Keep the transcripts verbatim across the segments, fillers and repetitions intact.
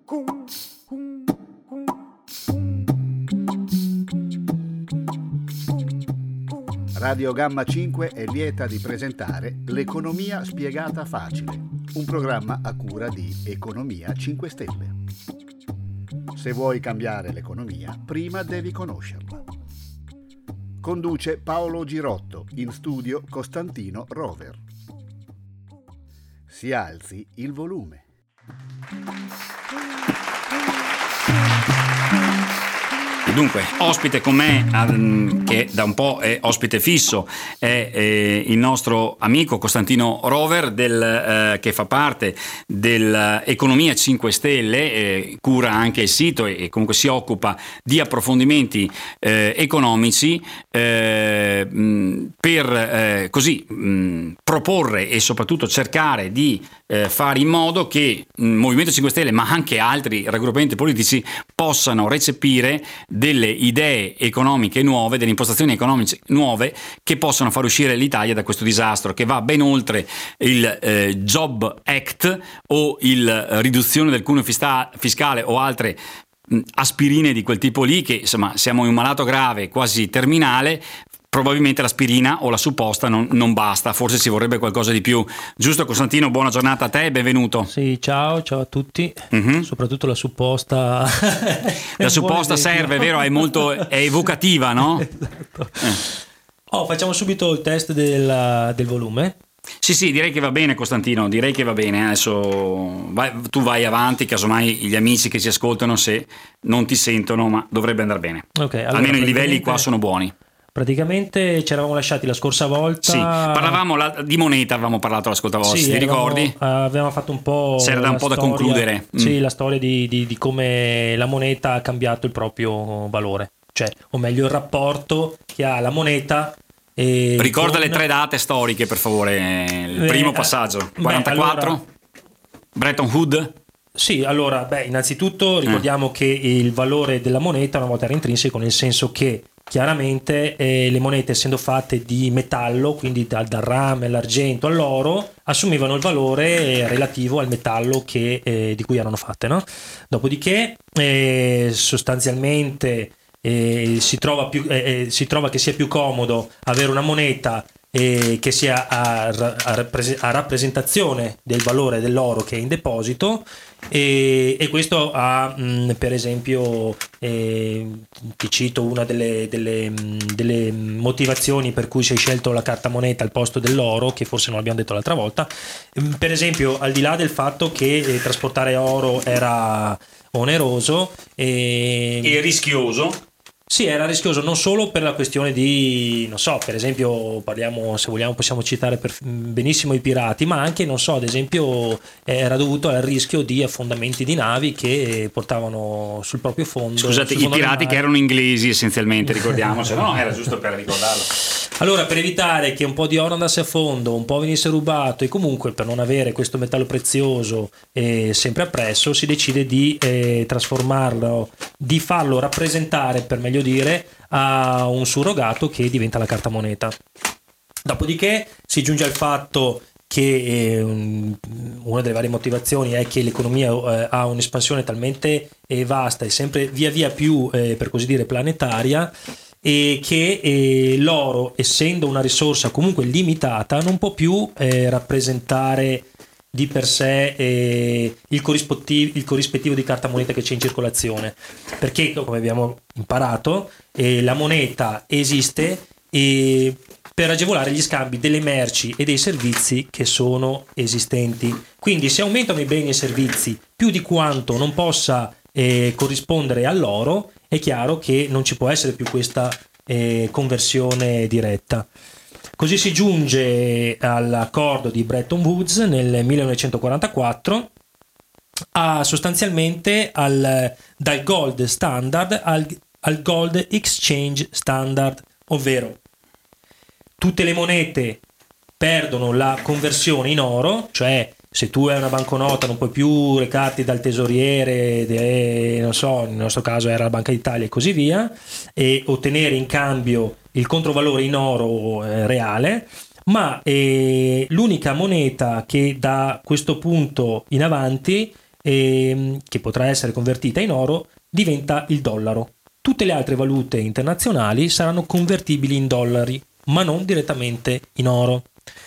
Radio Gamma cinque è lieta di presentare L'Economia spiegata facile, un programma a cura di Economia cinque Stelle. Se vuoi cambiare l'economia, prima devi conoscerla. Conduce Paolo Girotto, in studio Costantino Rover. Si alzi il volume. Dunque, ospite con me, che da un po' è ospite fisso, è eh, il nostro amico Costantino Rover, del, eh, che fa parte dell'Economia cinque Stelle, eh, cura anche il sito e, e comunque si occupa di approfondimenti eh, economici eh, mh, per eh, così mh, proporre e soprattutto cercare di eh, fare in modo che il Movimento cinque Stelle, ma anche altri raggruppamenti politici, possano recepire delle idee economiche nuove, delle impostazioni economiche nuove che possono far uscire l'Italia da questo disastro che va ben oltre il eh, Job Act o il riduzione del cuneo fista- fiscale o altre mh, aspirine di quel tipo lì, che insomma siamo in un malato grave, quasi terminale. Probabilmente l'aspirina o la supposta non, non basta, forse ci vorrebbe qualcosa di più. Giusto Costantino, buona giornata a te e benvenuto. Sì, ciao, ciao a tutti, mm-hmm. Soprattutto la supposta. La supposta serve, vero? È molto è evocativa, no? Esatto. Eh. Oh, facciamo subito il test del, del volume. Sì, sì, direi che va bene Costantino, direi che va bene. Adesso vai, tu vai avanti, casomai gli amici che ci ascoltano se non ti sentono, ma dovrebbe andare bene. Okay, allora, almeno i livelli qua sono buoni. Praticamente ci eravamo lasciati la scorsa volta. Sì, parlavamo la, di moneta, avevamo parlato la scorsa volta, sì, ti avevamo, ricordi? Avevamo fatto un po'. C'era da un po' storia, da concludere. Sì, mm. la storia di, di, di come la moneta ha cambiato il proprio valore, cioè, o meglio, il rapporto che ha la moneta. E Ricorda con... le tre date storiche, per favore. Il primo eh, passaggio, quarantaquattro, allora... Bretton Woods. Sì, allora, beh, innanzitutto ricordiamo eh. che il valore della moneta una volta era intrinseco, nel senso che chiaramente eh, le monete, essendo fatte di metallo, quindi dal, dal rame all'argento all'oro, assumevano il valore relativo al metallo che, eh, di cui erano fatte, no? Dopodiché eh, sostanzialmente eh, si trova più, eh, si trova che sia più comodo avere una moneta eh, che sia a, a, a rappresentazione del valore dell'oro che è in deposito. E, e questo ha mh, per esempio eh, ti cito una delle, delle, mh, delle motivazioni per cui si è scelto la carta moneta al posto dell'oro, che forse non abbiamo detto l'altra volta. Per esempio, al di là del fatto che eh, trasportare oro era oneroso e, e rischioso. Sì, era rischioso non solo per la questione di, non so, per esempio parliamo, se vogliamo possiamo citare per, benissimo i pirati, ma anche, non so, ad esempio era dovuto al rischio di affondamenti di navi che portavano sul proprio fondo. Scusate, i pirati che erano inglesi essenzialmente, ricordiamoci, no? Era giusto per ricordarlo. Allora, per evitare che un po' di oro andasse a fondo, un po' venisse rubato e comunque per non avere questo metallo prezioso eh, sempre appresso, si decide di eh, trasformarlo, di farlo rappresentare, per meglio dire, a un surrogato che diventa la carta moneta. Dopodiché si giunge al fatto che eh, una delle varie motivazioni è che l'economia eh, ha un'espansione talmente eh, vasta e sempre via via più, eh, per così dire, planetaria, e che eh, l'oro, essendo una risorsa comunque limitata, non può più eh, rappresentare di per sé eh, il, corrispettivo, il corrispettivo di carta moneta che c'è in circolazione, perché come abbiamo imparato eh, la moneta esiste eh, per agevolare gli scambi delle merci e dei servizi che sono esistenti. Quindi se aumentano i beni e i servizi più di quanto non possa eh, corrispondere all'oro, è chiaro che non ci può essere più questa eh, conversione diretta. Così si giunge all'accordo di Bretton Woods nel millenovecentoquarantaquattro, a sostanzialmente al, dal gold standard al, al gold exchange standard, ovvero tutte le monete perdono la conversione in oro, cioè se tu hai una banconota non puoi più recarti dal tesoriere, de, non so, nel nostro caso era la Banca d'Italia e così via, e ottenere in cambio il controvalore in oro eh, reale, ma eh, l'unica moneta che da questo punto in avanti eh, che potrà essere convertita in oro, diventa il dollaro. Tutte le altre valute internazionali saranno convertibili in dollari, ma non direttamente in oro.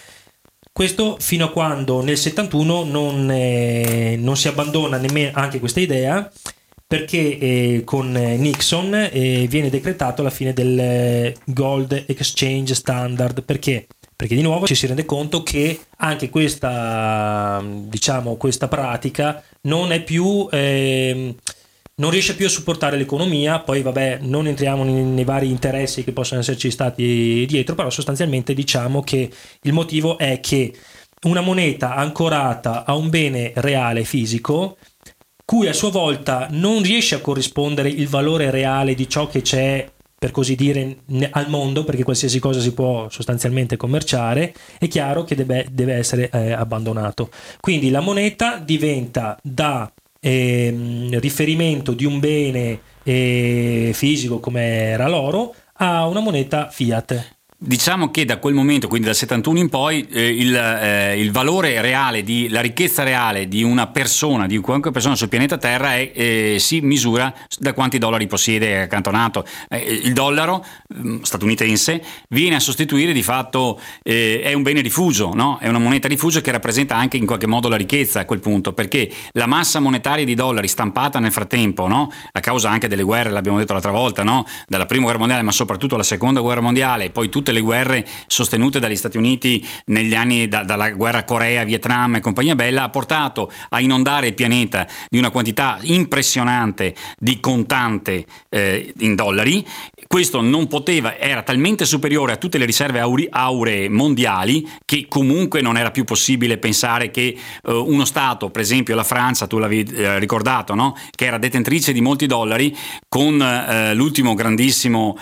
Questo fino a quando nel settantuno non, eh, non si abbandona nemmeno anche questa idea, perché eh, con Nixon eh, viene decretato la fine del Gold Exchange Standard. Perché? Perché di nuovo ci si rende conto che anche questa, diciamo, questa pratica non è più... Eh, non riesce più a supportare l'economia. Poi vabbè, non entriamo nei, nei vari interessi che possono esserci stati dietro, però sostanzialmente diciamo che il motivo è che una moneta ancorata a un bene reale fisico, cui a sua volta non riesce a corrispondere il valore reale di ciò che c'è, per così dire, al mondo, perché qualsiasi cosa si può sostanzialmente commerciare, è chiaro che deve, deve essere eh, abbandonato. Quindi la moneta diventa da Eh, riferimento di un bene eh, fisico come era l'oro a una moneta fiat. Diciamo che da quel momento, quindi dal settantuno in poi, eh, il, eh, il valore reale, di, la ricchezza reale di una persona, di qualunque persona sul pianeta Terra è, eh, si misura da quanti dollari possiede e accantonato. Eh, il dollaro mh, statunitense viene a sostituire di fatto, eh, è un bene diffuso, no? È una moneta diffusa che rappresenta anche in qualche modo la ricchezza a quel punto, perché la massa monetaria di dollari stampata nel frattempo, no? A causa anche delle guerre, l'abbiamo detto l'altra volta, no? Dalla prima guerra mondiale, ma soprattutto la seconda guerra mondiale, e poi tutte le guerre sostenute dagli Stati Uniti negli anni da, dalla guerra Corea, Vietnam e compagnia bella, ha portato a inondare il pianeta di una quantità impressionante di contante eh, in dollari. Questo non poteva, era talmente superiore a tutte le riserve auri, auree mondiali, che comunque non era più possibile pensare che eh, uno Stato, per esempio la Francia, tu l'avevi eh, ricordato, no? Che era detentrice di molti dollari, con eh, l'ultimo grandissimo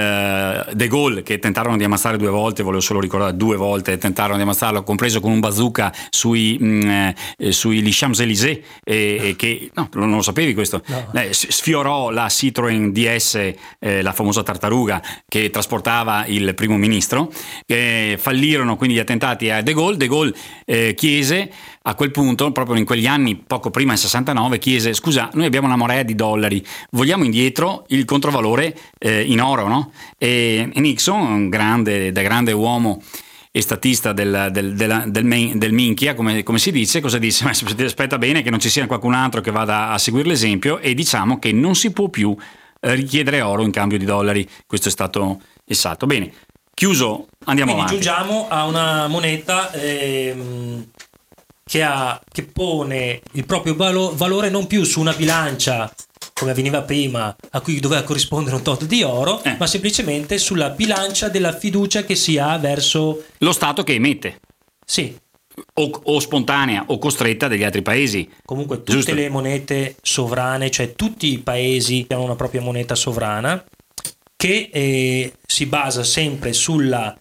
eh, De Gaulle, che tentarono di ammazzare due volte, volevo solo ricordare, due volte tentarono di ammazzarlo, compreso con un bazooka sui, mh, eh, sui Champs-Élysées, e, e che, no, non lo sapevi questo? No. Eh, sfiorò la Citroën D S, eh, la famosa tartaruga che trasportava il primo ministro. Eh, fallirono quindi gli attentati a De Gaulle. De Gaulle eh, chiese a quel punto, proprio in quegli anni, poco prima del sessantanove, chiese: scusa, noi abbiamo una marea di dollari, vogliamo indietro il controvalore eh, in oro, no? E, e Nixon, un grande, da grande uomo e statista del, del, della, del, main, del minchia, come, come si dice, cosa disse? Aspetta bene che non ci sia qualcun altro che vada a seguire l'esempio, e diciamo che non si può più richiedere oro in cambio di dollari. Questo è stato il salto. Bene, chiuso, andiamo Quindi avanti. giungiamo a una moneta ehm, che, ha, che pone il proprio valo, valore non più su una bilancia come avveniva prima, a cui doveva corrispondere un tot di oro, eh. ma semplicemente sulla bilancia della fiducia che si ha verso lo Stato che emette. Sì. O, o spontanea o costretta degli altri paesi. Comunque tutte Giusto? Le monete sovrane, cioè tutti i paesi hanno una propria moneta sovrana che eh, si basa sempre sulla,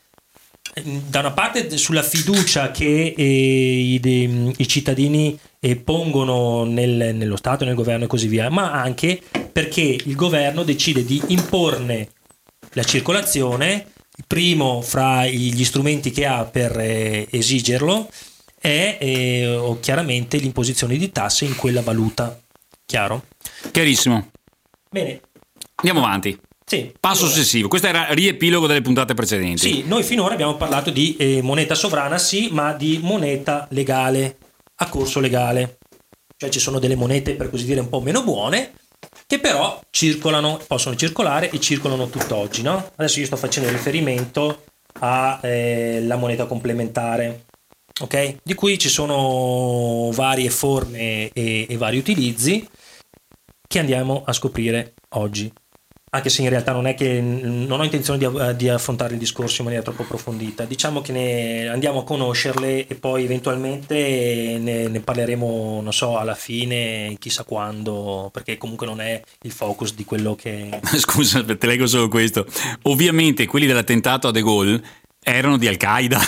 da una parte sulla fiducia che eh, i, de, i cittadini eh, pongono nel, nello Stato, nel governo e così via, ma anche perché il governo decide di imporne la circolazione. Il primo fra gli strumenti che ha per eh, esigerlo è eh, chiaramente l'imposizione di tasse in quella valuta. Chiaro? Chiarissimo. Bene. Andiamo avanti. Sì, Passo allora. successivo. Questo era riepilogo delle puntate precedenti. Sì, noi finora abbiamo parlato di eh, moneta sovrana, sì, ma di moneta legale, a corso legale. Cioè ci sono delle monete, per così dire, un po' meno buone, che però circolano, possono circolare e circolano tutt'oggi, no? Adesso io sto facendo riferimento alla eh, moneta complementare, ok? Di cui ci sono varie forme e, e vari utilizzi che andiamo a scoprire oggi. Anche se in realtà non è che non ho intenzione di, di affrontare il discorso in maniera troppo approfondita, diciamo che ne andiamo a conoscerle e poi eventualmente ne, ne parleremo, non so, alla fine, chissà quando, perché comunque non è il focus di quello che... Scusa, te leggo solo questo. Ovviamente quelli dell'attentato a De Gaulle erano di Al-Qaeda.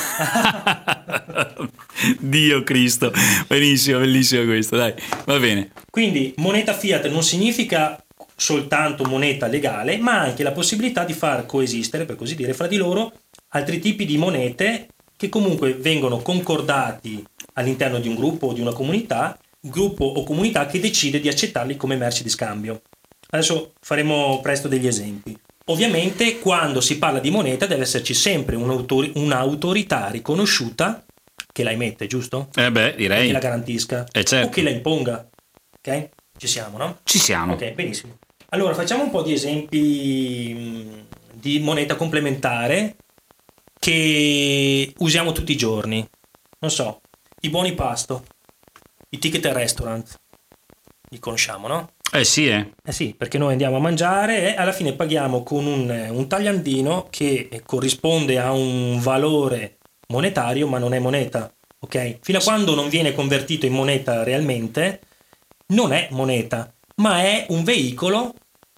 Dio Cristo. Benissimo, bellissimo questo, dai, va bene. Quindi moneta fiat non significa soltanto moneta legale, ma anche la possibilità di far coesistere, per così dire, fra di loro altri tipi di monete che comunque vengono concordati all'interno di un gruppo o di una comunità gruppo o comunità che decide di accettarli come merci di scambio. Adesso faremo presto degli esempi. Ovviamente quando si parla di moneta deve esserci sempre un'autor- un'autorità riconosciuta che la emette, giusto? Eh beh, direi. Che la garantisca. Eh certo. O che la imponga. Ok? Ci siamo, no? Ci siamo. Ok, benissimo. Allora facciamo un po' di esempi mh, di moneta complementare che usiamo tutti i giorni. Non so, i buoni pasto, i ticket al restaurant, li conosciamo, no? Eh sì, eh. Eh sì, perché noi andiamo a mangiare e alla fine paghiamo con un, un tagliandino che corrisponde a un valore monetario, ma non è moneta, ok? Fino a quando non viene convertito in moneta realmente, non è moneta, ma è un veicolo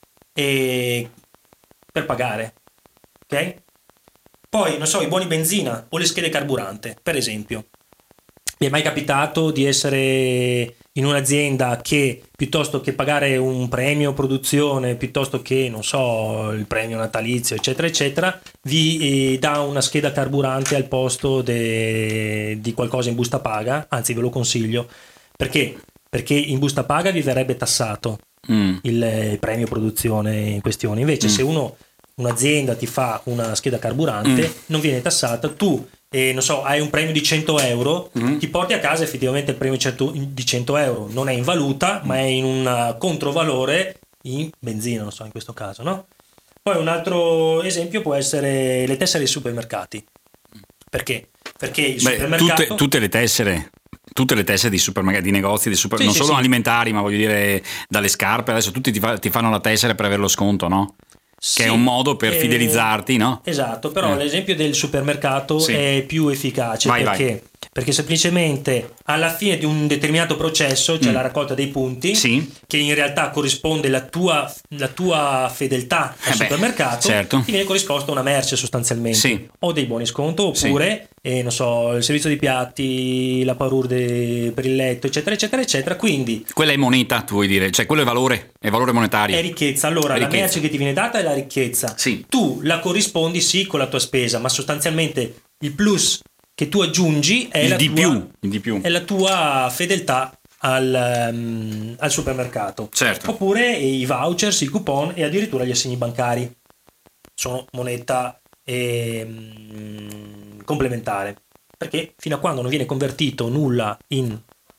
eh, per pagare, ok? Poi, non so, i buoni benzina o le schede carburante, per esempio. Vi è mai capitato di essere in un'azienda che piuttosto che pagare un premio produzione, piuttosto che, non so, il premio natalizio, eccetera, eccetera, vi eh, dà una scheda carburante al posto de, di qualcosa in busta paga? Anzi, ve lo consiglio. Perché? Perché in busta paga vi verrebbe tassato mm. il, il premio produzione in questione. Invece, mm. se uno, un'azienda ti fa una scheda carburante, mm. non viene tassata, tu e non so, hai un premio di cento euro, mm-hmm. ti porti a casa effettivamente il premio di cento euro, non è in valuta, mm. ma è in un controvalore in benzina, non so, in questo caso, no? Poi un altro esempio può essere le tessere dei supermercati. Perché? Perché il Beh, supermercato... Tutte, tutte le tessere... Tutte le tessere di supermercati, di negozi, di super... sì, non sì, solo sì. alimentari, ma voglio dire dalle scarpe, adesso tutti ti, fa, ti fanno la tessera per avere lo sconto, no? Sì, che è un modo per eh, fidelizzarti, no? Esatto, però eh. l'esempio del supermercato sì. è più efficace. Vai, perché? Vai. Perché semplicemente alla fine di un determinato processo, cioè mm. la raccolta dei punti, sì. che in realtà corrisponde la tua, la tua fedeltà al eh supermercato, beh, certo. ti viene corrisposta una merce sostanzialmente, sì. o dei buoni sconto, oppure sì. eh, non so, il servizio di piatti, la parure de, per il letto, eccetera, eccetera, eccetera. Quindi quella è moneta, tu vuoi dire, cioè quello è valore, è valore monetario. È ricchezza. Allora, è la ricchezza. merce che ti viene data è la ricchezza. Sì. Tu la corrispondi sì con la tua spesa, ma sostanzialmente il plus che tu aggiungi è, il la, di tua, più, il di più. è la tua fedeltà al, um, al supermercato. Certo. Oppure i vouchers, i coupon e addirittura gli assegni bancari sono moneta eh, complementare, perché fino a quando non viene convertito nulla in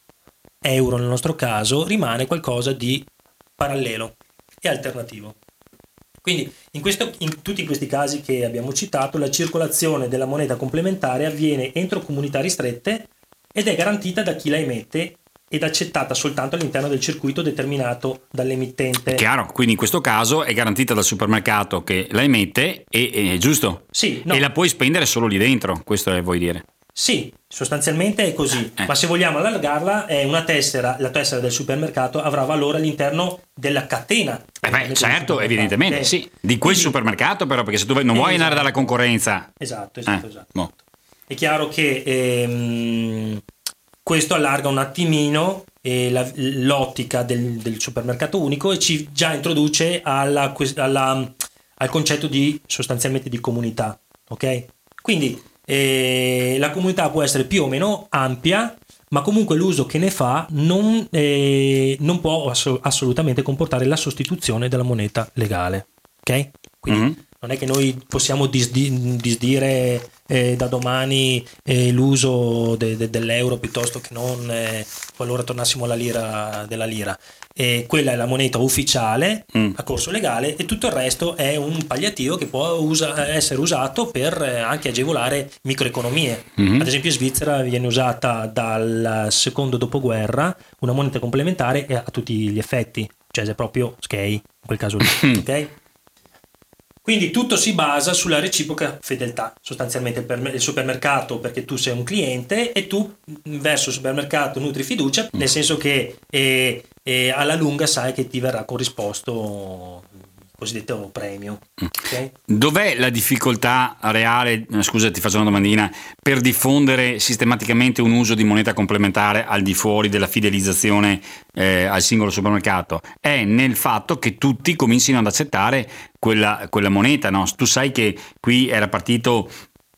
euro nel nostro caso rimane qualcosa di parallelo e alternativo. Quindi in, questo, in tutti questi casi che abbiamo citato, la circolazione della moneta complementare avviene entro comunità ristrette ed è garantita da chi la emette ed accettata soltanto all'interno del circuito determinato dall'emittente. È chiaro, quindi in questo caso è garantita dal supermercato che la emette, e, è giusto? Sì, no. E la puoi spendere solo lì dentro, questo è, vuoi dire? Sì, sostanzialmente è così, eh. ma se vogliamo allargarla è una tessera, la tessera del supermercato avrà valore all'interno della catena. Eh beh, certo, evidentemente, okay. sì, di quel Quindi, supermercato però, perché se tu non vuoi esatto. andare dalla concorrenza. Esatto, esatto, eh, esatto. Boh. È chiaro che ehm, questo allarga un attimino eh, la, l'ottica del, del supermercato unico e ci già introduce alla, alla, al concetto di sostanzialmente di comunità, ok? Quindi eh, la comunità può essere più o meno ampia, ma comunque l'uso che ne fa non, eh, non può ass- assolutamente comportare la sostituzione della moneta legale, ok? Quindi mm-hmm. non è che noi possiamo disdi- disdire eh, da domani eh, l'uso de- de- dell'euro piuttosto che non eh, qualora tornassimo alla lira della lira. E quella è la moneta ufficiale mm. a corso legale e tutto il resto è un palliativo che può usa- essere usato per eh, anche agevolare microeconomie. Mm-hmm. Ad esempio in Svizzera viene usata dal secondo dopoguerra una moneta complementare a tutti gli effetti, cioè è proprio skei in quel caso lì, ok? Quindi tutto si basa sulla reciproca fedeltà, sostanzialmente per il supermercato perché tu sei un cliente e tu verso il supermercato nutri fiducia, nel senso che eh, eh, alla lunga sai che ti verrà corrisposto il cosiddetto premio. Okay? Dov'è la difficoltà reale, scusa ti faccio una domandina, per diffondere sistematicamente un uso di moneta complementare al di fuori della fidelizzazione eh, al singolo supermercato? È nel fatto che tutti comincino ad accettare quella, quella moneta, no? Tu sai che qui era partito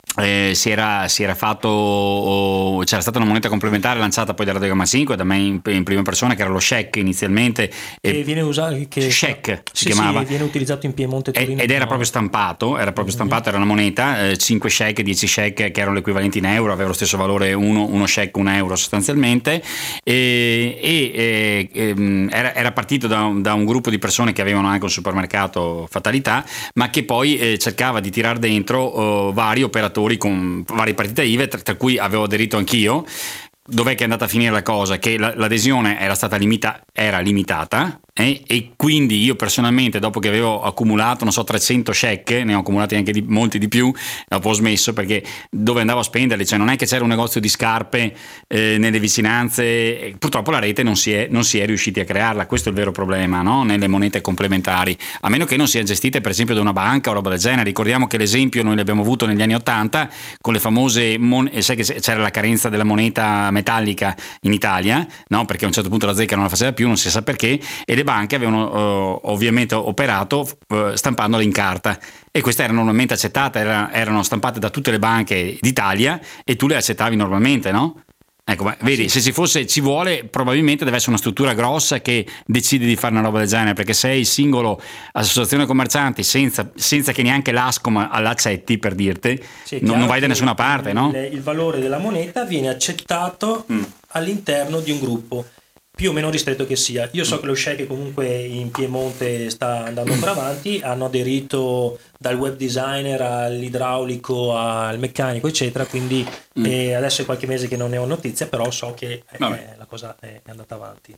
Eh, si, era, si era fatto oh, c'era stata una moneta complementare lanciata poi dalla Radio Gamma cinque da me in, in prima persona, che era lo SHEC inizialmente, e viene usato che SHEC si sì, chiamava, sì, viene utilizzato in Piemonte, Torino, ed era proprio stampato era proprio stampato, era una moneta, eh, cinque SHEC, dieci SHEC, che erano l'equivalente in euro, aveva lo stesso valore, uno, uno SHEC un euro sostanzialmente, e, e, e era, era partito da, da un gruppo di persone che avevano anche un supermercato Fatalità, ma che poi eh, cercava di tirar dentro oh, vari operatori con varie partite I V A, tra, tra cui avevo aderito anch'io. Dov'è che è andata a finire la cosa? Che la, l'adesione era stata limita, era limitata, eh? E quindi io personalmente, dopo che avevo accumulato, non so, trecento SHEC, ne ho accumulati anche di, molti di più, dopo ho smesso, perché dove andavo a spenderli? Cioè non è che c'era un negozio di scarpe eh, nelle vicinanze, purtroppo la rete non si, è, non si è riusciti a crearla, questo è il vero problema, no? Nelle monete complementari, a meno che non siano gestite per esempio da una banca o roba del genere. Ricordiamo che l'esempio noi l'abbiamo avuto negli anni ottanta con le famose, mon- sai che c'era la carenza della moneta metallica in Italia, no? Perché a un certo punto la zecca non la faceva più, non si sa perché, e le banche avevano uh, ovviamente operato uh, stampandola in carta, e queste erano normalmente accettate, era, erano stampate da tutte le banche d'Italia e tu le accettavi normalmente, no? Ecco, ma vedi, sì. Se ci fosse, ci vuole, probabilmente deve essere una struttura grossa che decide di fare una roba del genere, perché sei singolo associazione commercianti senza, senza che neanche l'Ascom l'accetti, per dirti, sì, non, non vai da nessuna parte, il, no? Il valore della moneta viene accettato mm. all'interno di un gruppo, più o meno ristretto che sia. Io so mm. che lo SHEC comunque in Piemonte sta andando per avanti, hanno aderito dal web designer all'idraulico al meccanico eccetera, quindi mm. eh, adesso è qualche mese che non ne ho notizia, però so che eh, la cosa è andata avanti.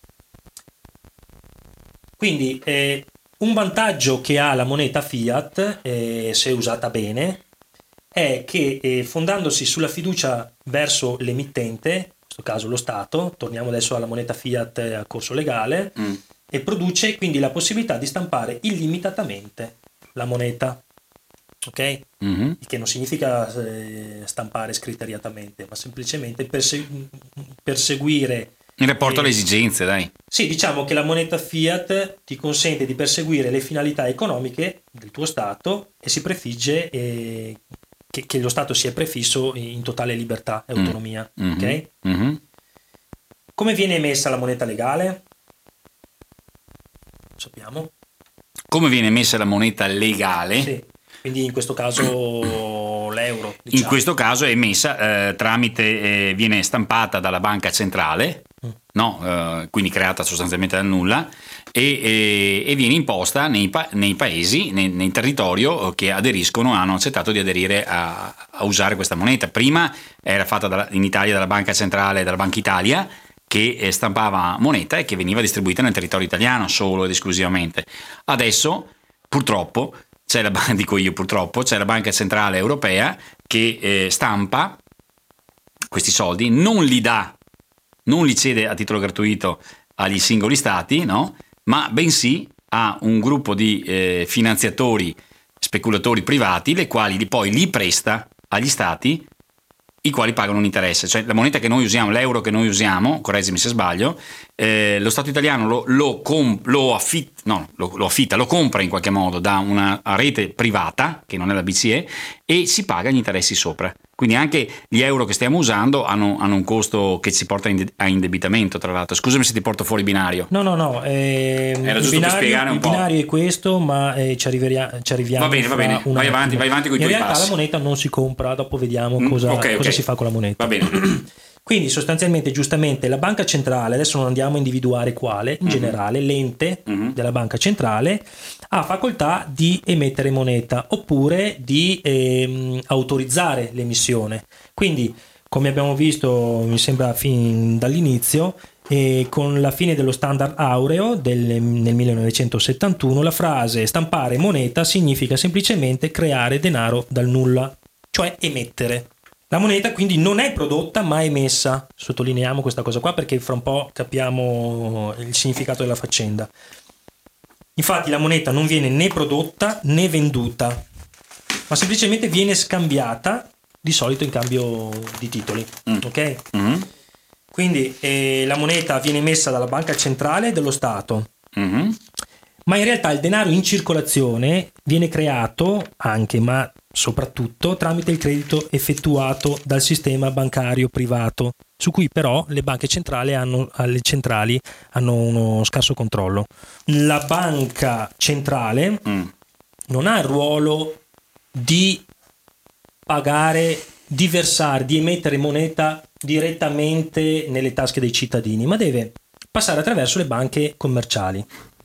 Quindi eh, un vantaggio che ha la moneta fiat, eh, se usata bene, è che eh, fondandosi sulla fiducia verso l'emittente, in questo caso lo Stato, torniamo adesso alla moneta fiat a corso legale, mm. e produce quindi la possibilità di stampare illimitatamente la moneta, ok? Mm-hmm. Il che non significa eh, stampare scriteriatamente, ma semplicemente persegu- perseguire in rapporto eh, alle esigenze, dai. Sì, diciamo che la moneta fiat ti consente di perseguire le finalità economiche del tuo Stato e si prefigge eh, che, che lo Stato sia prefisso in totale libertà e autonomia, mm. ok? Mm-hmm. Come viene emessa la moneta legale? Sappiamo. Come viene emessa la moneta legale? Sì, quindi in questo caso l'euro. Diciamo. In questo caso è emessa eh, tramite, eh, viene stampata dalla banca centrale, mm. no? Eh, quindi creata sostanzialmente dal nulla, e, e, e viene imposta nei, pa- nei paesi, nei, nei territorio che aderiscono, hanno accettato di aderire a, a usare questa moneta. Prima era fatta dalla, in Italia dalla banca centrale, dalla Banca Italia, che stampava moneta e che veniva distribuita nel territorio italiano solo ed esclusivamente. Adesso purtroppo c'è la, dico io purtroppo c'è la Banca Centrale Europea che eh, stampa questi soldi, non li dà, non li cede a titolo gratuito agli singoli stati, no? Ma bensì a un gruppo di eh, finanziatori, speculatori privati, le quali li, poi li presta agli stati, i quali pagano un interesse. Cioè la moneta che noi usiamo, l'euro che noi usiamo, correggimi se sbaglio, eh, lo Stato italiano lo, lo, com- lo, affitta, no, lo, lo affitta, lo compra in qualche modo da una rete privata, che non è la B C E, e si paga gli interessi sopra. Quindi anche gli euro che stiamo usando hanno, hanno un costo che ci porta in de- a indebitamento, tra l'altro. Scusami se ti porto fuori binario. No, no, no. Ehm, Era giusto binario, per spiegare un il po'. Il binario è questo, ma eh, ci, arriveria- ci arriviamo. Va bene, va bene. Vai avanti, vai avanti con i tuoi passi. In realtà la moneta non si compra, dopo vediamo cosa, mm, okay, cosa okay. si fa con la moneta. Va bene. Quindi sostanzialmente, giustamente, la banca centrale, adesso non andiamo a individuare quale, in mm-hmm. generale l'ente mm-hmm. della banca centrale ha facoltà di emettere moneta oppure di ehm, autorizzare l'emissione. Quindi, come abbiamo visto, mi sembra fin dall'inizio, eh, con la fine dello standard aureo del, nel millenovecentosettantuno, la frase stampare moneta significa semplicemente creare denaro dal nulla, cioè emettere. La moneta quindi non è prodotta ma emessa, sottolineiamo questa cosa qua perché fra un po' capiamo il significato della faccenda. Infatti la moneta non viene né prodotta né venduta, ma semplicemente viene scambiata, di solito in cambio di titoli, mm. ok? Mm-hmm. Quindi eh, la moneta viene emessa dalla banca centrale dello Stato, mm-hmm. ma in realtà il denaro in circolazione viene creato anche, ma soprattutto tramite il credito effettuato dal sistema bancario privato, su cui però le banche centrali hanno, le centrali hanno uno scarso controllo. La banca centrale mm. non ha il ruolo di pagare, di versare, di emettere moneta direttamente nelle tasche dei cittadini, ma deve passare attraverso le banche commerciali.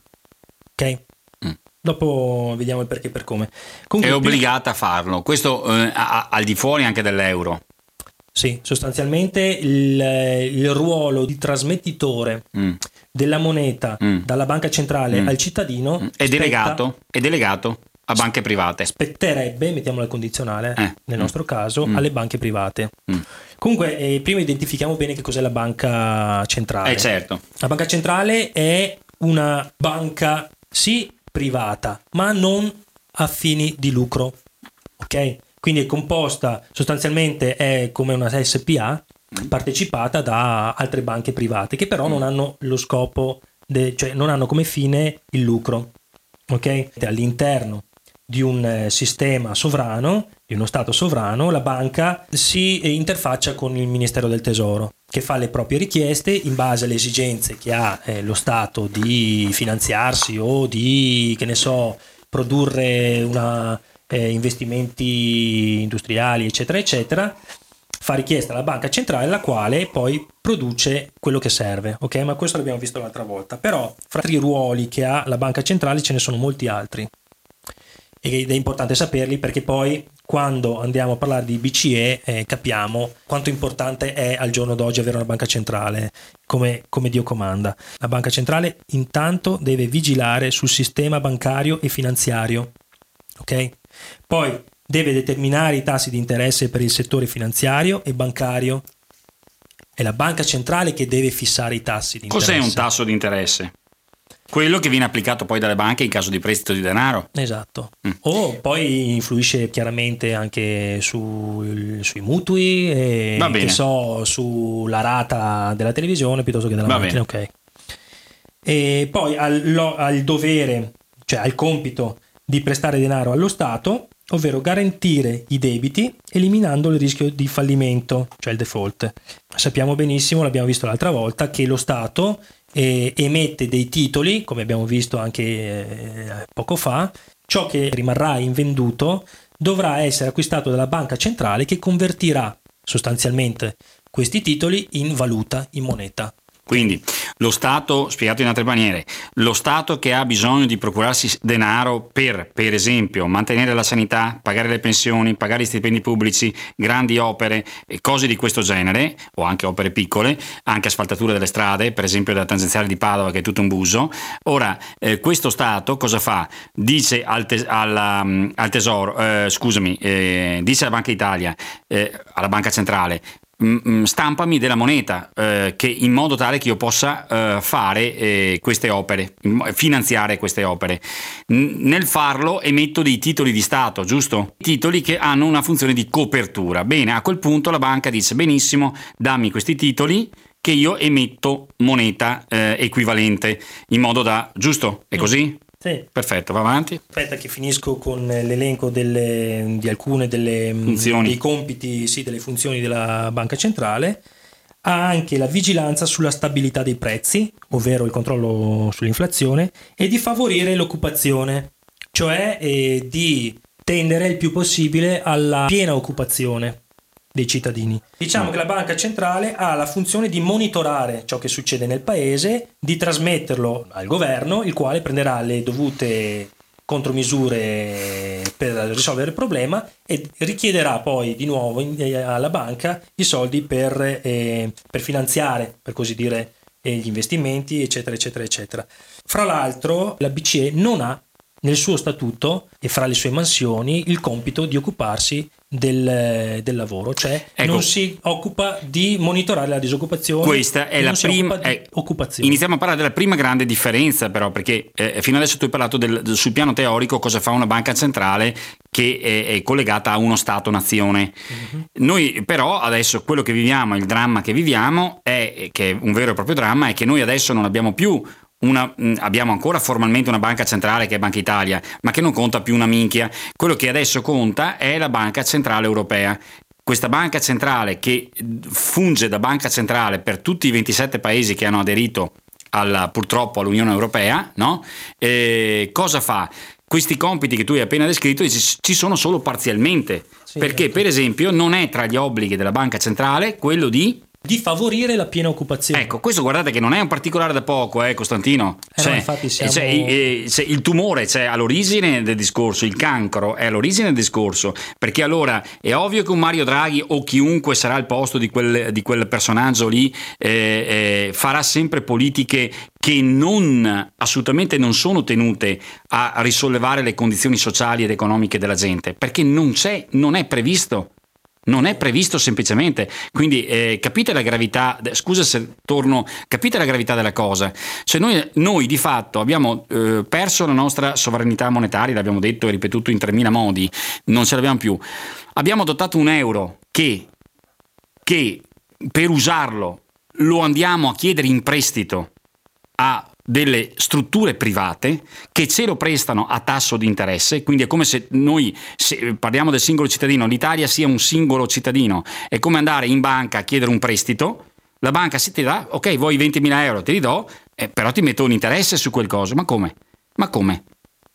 Ok? Mm. Dopo vediamo il perché per come. Comunque, è obbligata a farlo, questo eh, a, al di fuori anche dell'euro. Sì, sostanzialmente il, il ruolo di trasmettitore mm. della moneta mm. dalla banca centrale mm. al cittadino mm. è, delegato, è delegato a banche private. Spetterebbe, mettiamola al condizionale, eh. nel nostro caso, mm. alle banche private. Mm. Comunque, eh, prima identifichiamo bene che cos'è la banca centrale. Eh certo. La banca centrale è una banca, sì, privata, ma non a fini di lucro. Ok? Quindi è composta, sostanzialmente è come una S P A partecipata da altre banche private che però non hanno lo scopo, de, cioè non hanno come fine il lucro. Ok? All'interno di un sistema sovrano, di uno stato sovrano, la banca si interfaccia con il Ministero del Tesoro, che fa le proprie richieste in base alle esigenze che ha eh, lo Stato di finanziarsi o di, che ne so, produrre una eh, investimenti industriali, eccetera, eccetera. Fa richiesta alla banca centrale, la quale poi produce quello che serve, ok? Ma questo l'abbiamo visto l'altra volta. Però fra i ruoli che ha la banca centrale ce ne sono molti altri ed è importante saperli, perché poi quando andiamo a parlare di B C E eh, capiamo quanto importante è al giorno d'oggi avere una banca centrale come, come Dio comanda. La banca centrale intanto deve vigilare sul sistema bancario e finanziario, ok? Poi deve determinare i tassi di interesse per il settore finanziario e bancario. È la banca centrale che deve fissare i tassi di interesse. Cos'è un tasso di interesse? Quello che viene applicato poi dalle banche in caso di prestito di denaro. Esatto. Mm. O poi influisce chiaramente anche su, sui mutui e Va bene. che so, sulla rata della televisione piuttosto che della Va macchina. Ok. E poi al, al dovere, cioè al compito di prestare denaro allo Stato, ovvero garantire i debiti eliminando il rischio di fallimento, cioè il default. Sappiamo benissimo, l'abbiamo visto l'altra volta, che lo Stato eh, emette dei titoli, come abbiamo visto anche eh, poco fa. Ciò che rimarrà invenduto dovrà essere acquistato dalla banca centrale, che convertirà sostanzialmente questi titoli in valuta, in moneta. Quindi lo Stato, spiegato in altre maniere, lo Stato che ha bisogno di procurarsi denaro per, per esempio, mantenere la sanità, pagare le pensioni, pagare gli stipendi pubblici, grandi opere e cose di questo genere, o anche opere piccole, anche asfaltature delle strade, per esempio della tangenziale di Padova, che è tutto un buso. Ora, eh, questo Stato cosa fa? Dice al, tes- alla, al Tesoro, eh, scusami, eh, dice alla Banca d'Italia, eh, alla Banca Centrale, stampami della moneta eh, che in modo tale che io possa eh, fare eh, queste opere, finanziare queste opere. N- nel farlo emetto dei titoli di Stato, giusto? Titoli che hanno una funzione di copertura. Bene, a quel punto la banca dice: benissimo, dammi questi titoli che io emetto moneta eh, equivalente, in modo da, giusto? È così? Sì. Perfetto, va avanti. Aspetta che finisco con l'elenco delle, di alcune delle funzioni, dei compiti, sì, delle funzioni della banca centrale. Ha anche la vigilanza sulla stabilità dei prezzi, ovvero il controllo sull'inflazione, e di favorire l'occupazione, cioè eh, di tendere il più possibile alla piena occupazione dei cittadini. Diciamo che la banca centrale ha la funzione di monitorare ciò che succede nel paese, di trasmetterlo al governo, il quale prenderà le dovute contromisure per risolvere il problema e richiederà poi di nuovo in, eh, alla banca i soldi per, eh, per finanziare, per così dire, eh, gli investimenti, eccetera, eccetera, eccetera. Fra l'altro, la B C E non ha nel suo statuto e fra le sue mansioni il compito di occuparsi del, del lavoro, cioè ecco, non si occupa di monitorare la disoccupazione. Questa è la prima eh, occupazione. Iniziamo a parlare della prima grande differenza, però, perché eh, fino adesso tu hai parlato del, sul piano teorico cosa fa una banca centrale che è, è collegata a uno Stato-nazione. Uh-huh. Noi però adesso quello che viviamo, il dramma che viviamo è che è un vero e proprio dramma, è che noi adesso non abbiamo più una, abbiamo ancora formalmente una banca centrale che è Banca Italia, ma che non conta più una minchia. Quello che adesso conta è la Banca Centrale Europea. Questa banca centrale, che funge da banca centrale per tutti i ventisette paesi che hanno aderito alla, purtroppo all'Unione Europea, no? E cosa fa? Questi compiti che tu hai appena descritto ci sono solo parzialmente, sì, perché per esempio non è tra gli obblighi della banca centrale quello di di favorire la piena occupazione. Ecco, questo guardate che non è un particolare da poco, eh, Costantino. Eh cioè, no, infatti siamo... cioè, eh, cioè, il tumore c'è all'origine del discorso, il cancro è all'origine del discorso, perché allora è ovvio che un Mario Draghi o chiunque sarà al posto di quel, di quel personaggio lì eh, eh, farà sempre politiche che non assolutamente non sono tenute a risollevare le condizioni sociali ed economiche della gente, perché non c'è, non è previsto. Non è previsto semplicemente, quindi eh, capite la gravità, scusa se torno, capite la gravità della cosa, cioè noi, noi di fatto abbiamo eh, perso la nostra sovranità monetaria, l'abbiamo detto e ripetuto in tremila modi, non ce l'abbiamo più, abbiamo adottato un euro che, che per usarlo lo andiamo a chiedere in prestito a delle strutture private che ce lo prestano a tasso di interesse, quindi è come se noi, se parliamo del singolo cittadino, l'Italia sia un singolo cittadino, è come andare in banca a chiedere un prestito, la banca si ti dà, ok, vuoi ventimila euro, te li do, eh, però ti metto un interesse su quel coso, ma come? Ma come?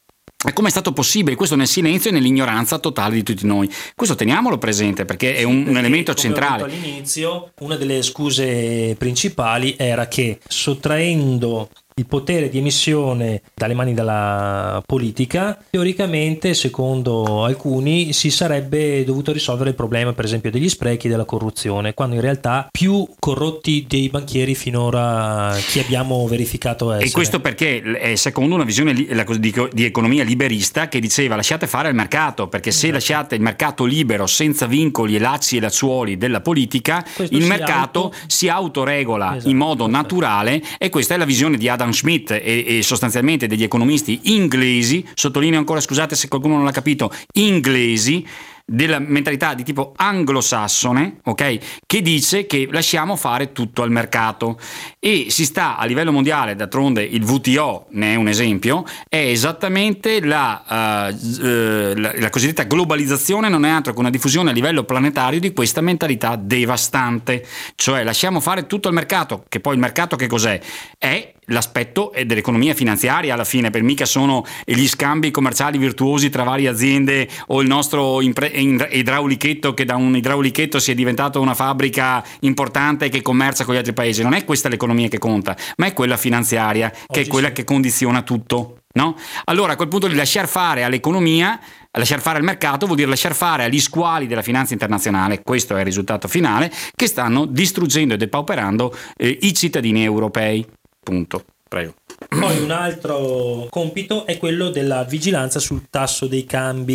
E come è stato possibile? Questo nel silenzio e nell'ignoranza totale di tutti noi. Questo teniamolo presente perché è un, perché, un elemento come centrale. Ho detto all'inizio, una delle scuse principali era che sottraendo il potere di emissione dalle mani della politica, teoricamente, secondo alcuni, si sarebbe dovuto risolvere il problema, per esempio, degli sprechi e della corruzione, quando in realtà più corrotti dei banchieri finora chi abbiamo verificato essere. E questo perché è secondo una visione di, di economia liberista che diceva lasciate fare al mercato, perché se esatto. lasciate il mercato libero senza vincoli e lacci e lacciuoli della politica, questo il si mercato auto... si autoregola esatto. in modo naturale, e questa è la visione di Adam Smith e, e sostanzialmente degli economisti inglesi, sottolineo ancora, scusate se qualcuno non l'ha capito, inglesi, della mentalità di tipo anglosassone, ok, che dice che lasciamo fare tutto al mercato, e si sta a livello mondiale, d'altronde il W T O ne è un esempio, è esattamente la, uh, uh, la, la cosiddetta globalizzazione, non è altro che una diffusione a livello planetario di questa mentalità devastante, cioè lasciamo fare tutto al mercato, che poi il mercato che cos'è? È l'aspetto dell'economia finanziaria alla fine, per mica sono gli scambi commerciali virtuosi tra varie aziende o il nostro impre- idraulichetto che da un idraulichetto si è diventato una fabbrica importante che commercia con gli altri paesi. Non è questa l'economia che conta, ma è quella finanziaria, che Oggi è quella sì. che condiziona tutto, no? Allora a quel punto di lasciar fare all'economia, lasciar fare al mercato vuol dire lasciar fare agli squali della finanza internazionale, questo è il risultato finale, che stanno distruggendo e depauperando eh, i cittadini europei. Punto. Prego. Poi un altro compito è quello della vigilanza sul tasso dei cambi,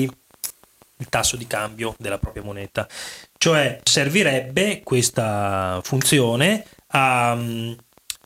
il tasso di cambio della propria moneta. Cioè servirebbe questa funzione a um,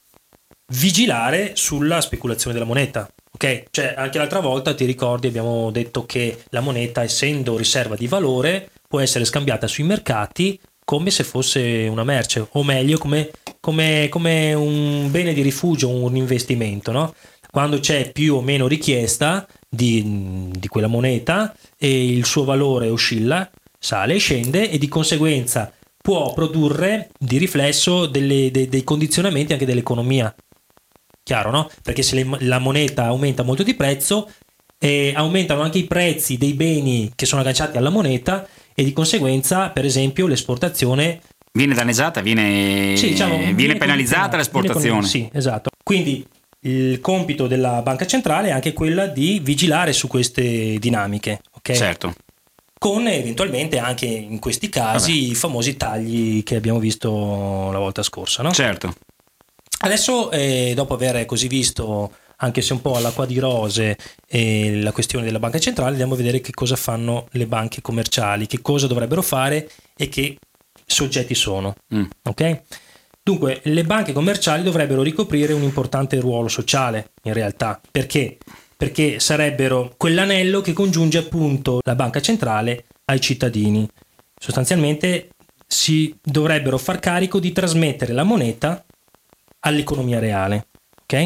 vigilare sulla speculazione della moneta. Ok? Cioè anche l'altra volta, ti ricordi, abbiamo detto che la moneta, essendo riserva di valore, può essere scambiata sui mercati come se fosse una merce, o meglio come, come, come un bene di rifugio, un investimento, no? Quando c'è più o meno richiesta di, di quella moneta e il suo valore oscilla, sale e scende, e di conseguenza può produrre di riflesso delle, dei, dei condizionamenti anche dell'economia. Chiaro, no? Perché se le, la moneta aumenta molto di prezzo, eh, aumentano anche i prezzi dei beni che sono agganciati alla moneta, e di conseguenza, per esempio, l'esportazione viene danneggiata, viene, sì, diciamo, viene, viene penalizzata l'esportazione. Viene, sì, esatto. Quindi il compito della banca centrale è anche quella di vigilare su queste dinamiche, ok? Certo. Con eventualmente anche in questi casi Vabbè. i famosi tagli che abbiamo visto la volta scorsa, no? Certo. Adesso, eh, dopo aver così visto, anche se un po' all'acqua di rose, e la questione della banca centrale, andiamo a vedere che cosa fanno le banche commerciali, che cosa dovrebbero fare e che soggetti sono. Mm. Ok? Dunque, le banche commerciali dovrebbero ricoprire un importante ruolo sociale, in realtà. Perché? Perché sarebbero quell'anello che congiunge appunto la banca centrale ai cittadini. Sostanzialmente si dovrebbero far carico di trasmettere la moneta all'economia reale. Ok?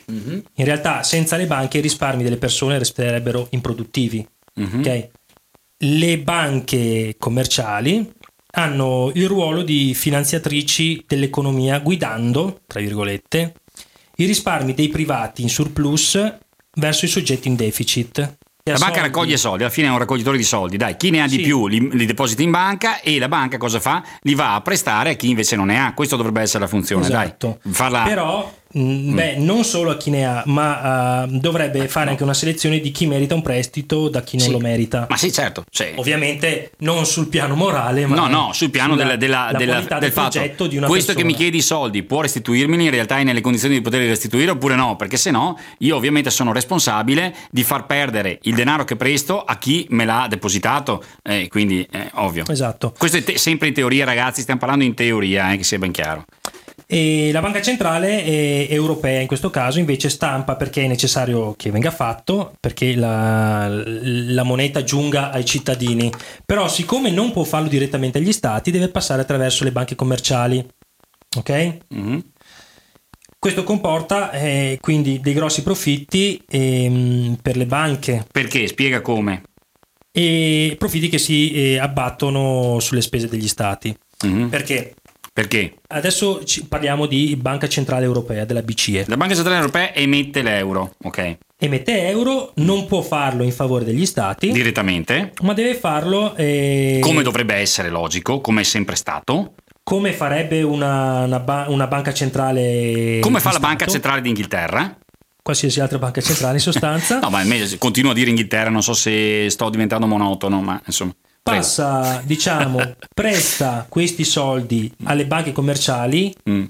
Mm-hmm. In realtà senza le banche i risparmi delle persone resterebbero improduttivi. Mm-hmm. Okay? Le banche commerciali hanno il ruolo di finanziatrici dell'economia, guidando, tra virgolette, i risparmi dei privati in surplus verso i soggetti in deficit. La banca soldi. raccoglie soldi, alla fine è un raccoglitore di soldi, dai, chi ne ha di sì. più li, li deposita in banca e la banca cosa fa? Li va a prestare a chi invece non ne ha. Questo dovrebbe essere la funzione, esatto. dai. Farla... Però mm. beh, non solo a chi ne ha, ma uh, dovrebbe fare anche una selezione di chi merita un prestito da chi non sì. lo merita. Ma sì, certo. Sì. Ovviamente non sul piano morale, ma no, no, sul piano sulla, della, della, della, del, del fatto di una questo persona. Che mi chiedi soldi può restituirmeli, in realtà è nelle condizioni di poterli restituire oppure no, perché se no io ovviamente sono responsabile di far perdere il denaro che presto a chi me l'ha depositato, eh, quindi è ovvio. Esatto. Questo è te- sempre in teoria, ragazzi, stiamo parlando in teoria, eh, che sia ben chiaro. E la Banca Centrale eh, Europea in questo caso invece stampa perché è necessario che venga fatto, perché la, la moneta giunga ai cittadini, però siccome non può farlo direttamente agli stati deve passare attraverso le banche commerciali, ok? Mm-hmm. Questo comporta eh, quindi dei grossi profitti ehm, per le banche. Perché? Spiega come. E profitti che si eh, abbattono sulle spese degli stati. Mm-hmm. Perché? Perché? Adesso ci parliamo di Banca Centrale Europea, della B C E. La Banca Centrale Europea emette l'euro, ok? Emette euro, non può farlo in favore degli stati. Direttamente. Ma deve farlo... Eh, come dovrebbe essere logico, come è sempre stato. Come farebbe una, una, ba- una banca centrale... Come fa la Stato. Banca Centrale d'Inghilterra? Qualsiasi altra banca centrale in sostanza. No, ma continuo a dire Inghilterra, non so se sto diventando monotono, ma insomma... Passa, diciamo, presta questi soldi alle banche commerciali mm.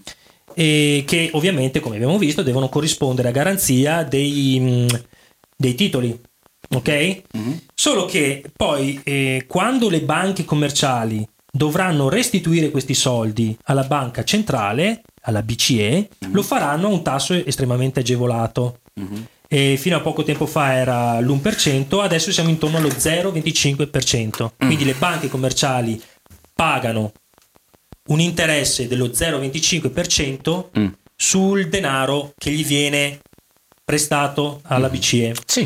e che ovviamente, come abbiamo visto, devono corrispondere a garanzia dei, dei titoli, ok? Mm. Solo che poi eh, quando le banche commerciali dovranno restituire questi soldi alla banca centrale, alla B C E, mm. lo faranno a un tasso estremamente agevolato. Mm-hmm. E fino a poco tempo fa era l'uno per cento, adesso siamo intorno allo zero virgola venticinque per cento. Mm. Quindi le banche commerciali pagano un interesse dello zero virgola venticinque per cento mm. sul denaro che gli viene prestato alla mm. B C E. Sì.